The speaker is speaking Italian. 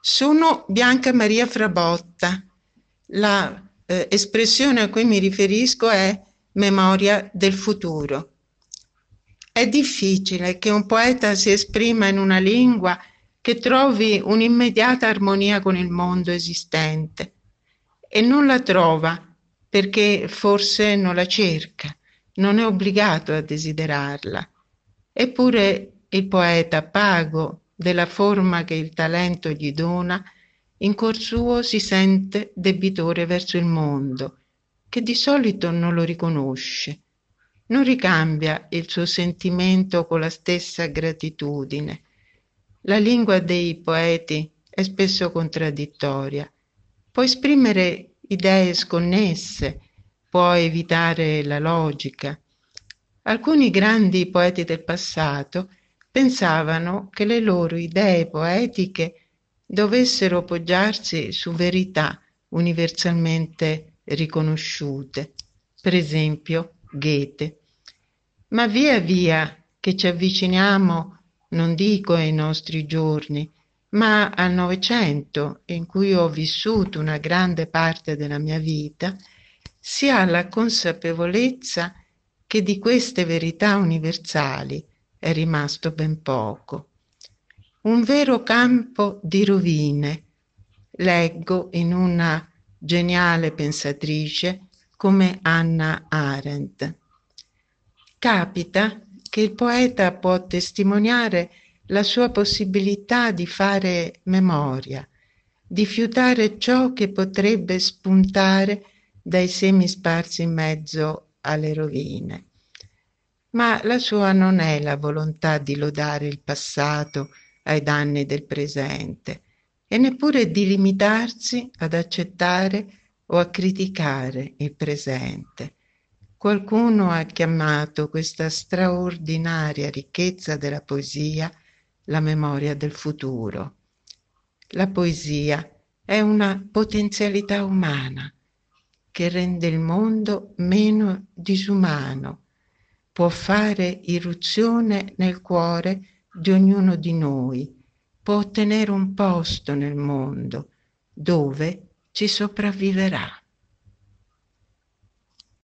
Sono Bianca Maria Frabotta. La espressione a cui mi riferisco è memoria del futuro. È difficile che un poeta si esprima in una lingua che trovi un'immediata armonia con il mondo esistente e non la trova perché forse non la cerca, non è obbligato a desiderarla. Eppure il poeta, pago della forma che il talento gli dona, in cuor suo si sente debitore verso il mondo, che di solito non lo riconosce, non ricambia il suo sentimento con la stessa gratitudine. La lingua dei poeti è spesso contraddittoria, può esprimere idee sconnesse, può evitare la logica. Alcuni grandi poeti del passato pensavano che le loro idee poetiche dovessero poggiarsi su verità universalmente riconosciute, per esempio Goethe. Ma via via che ci avviciniamo, non dico ai nostri giorni, ma al Novecento, in cui ho vissuto una grande parte della mia vita, si ha la consapevolezza che di queste verità universali è rimasto ben poco. Un vero campo di rovine, leggo in una geniale pensatrice come Hannah Arendt. Capita che il poeta può testimoniare la sua possibilità di fare memoria, di fiutare ciò che potrebbe spuntare dai semi sparsi in mezzo alle rovine. Ma la sua non è la volontà di lodare il passato ai danni del presente e neppure di limitarsi ad accettare o a criticare il presente. Qualcuno ha chiamato questa straordinaria ricchezza della poesia la memoria del futuro. La poesia è una potenzialità umana che rende il mondo meno disumano, può fare irruzione nel cuore di ognuno di noi, può ottenere un posto nel mondo dove ci sopravviverà.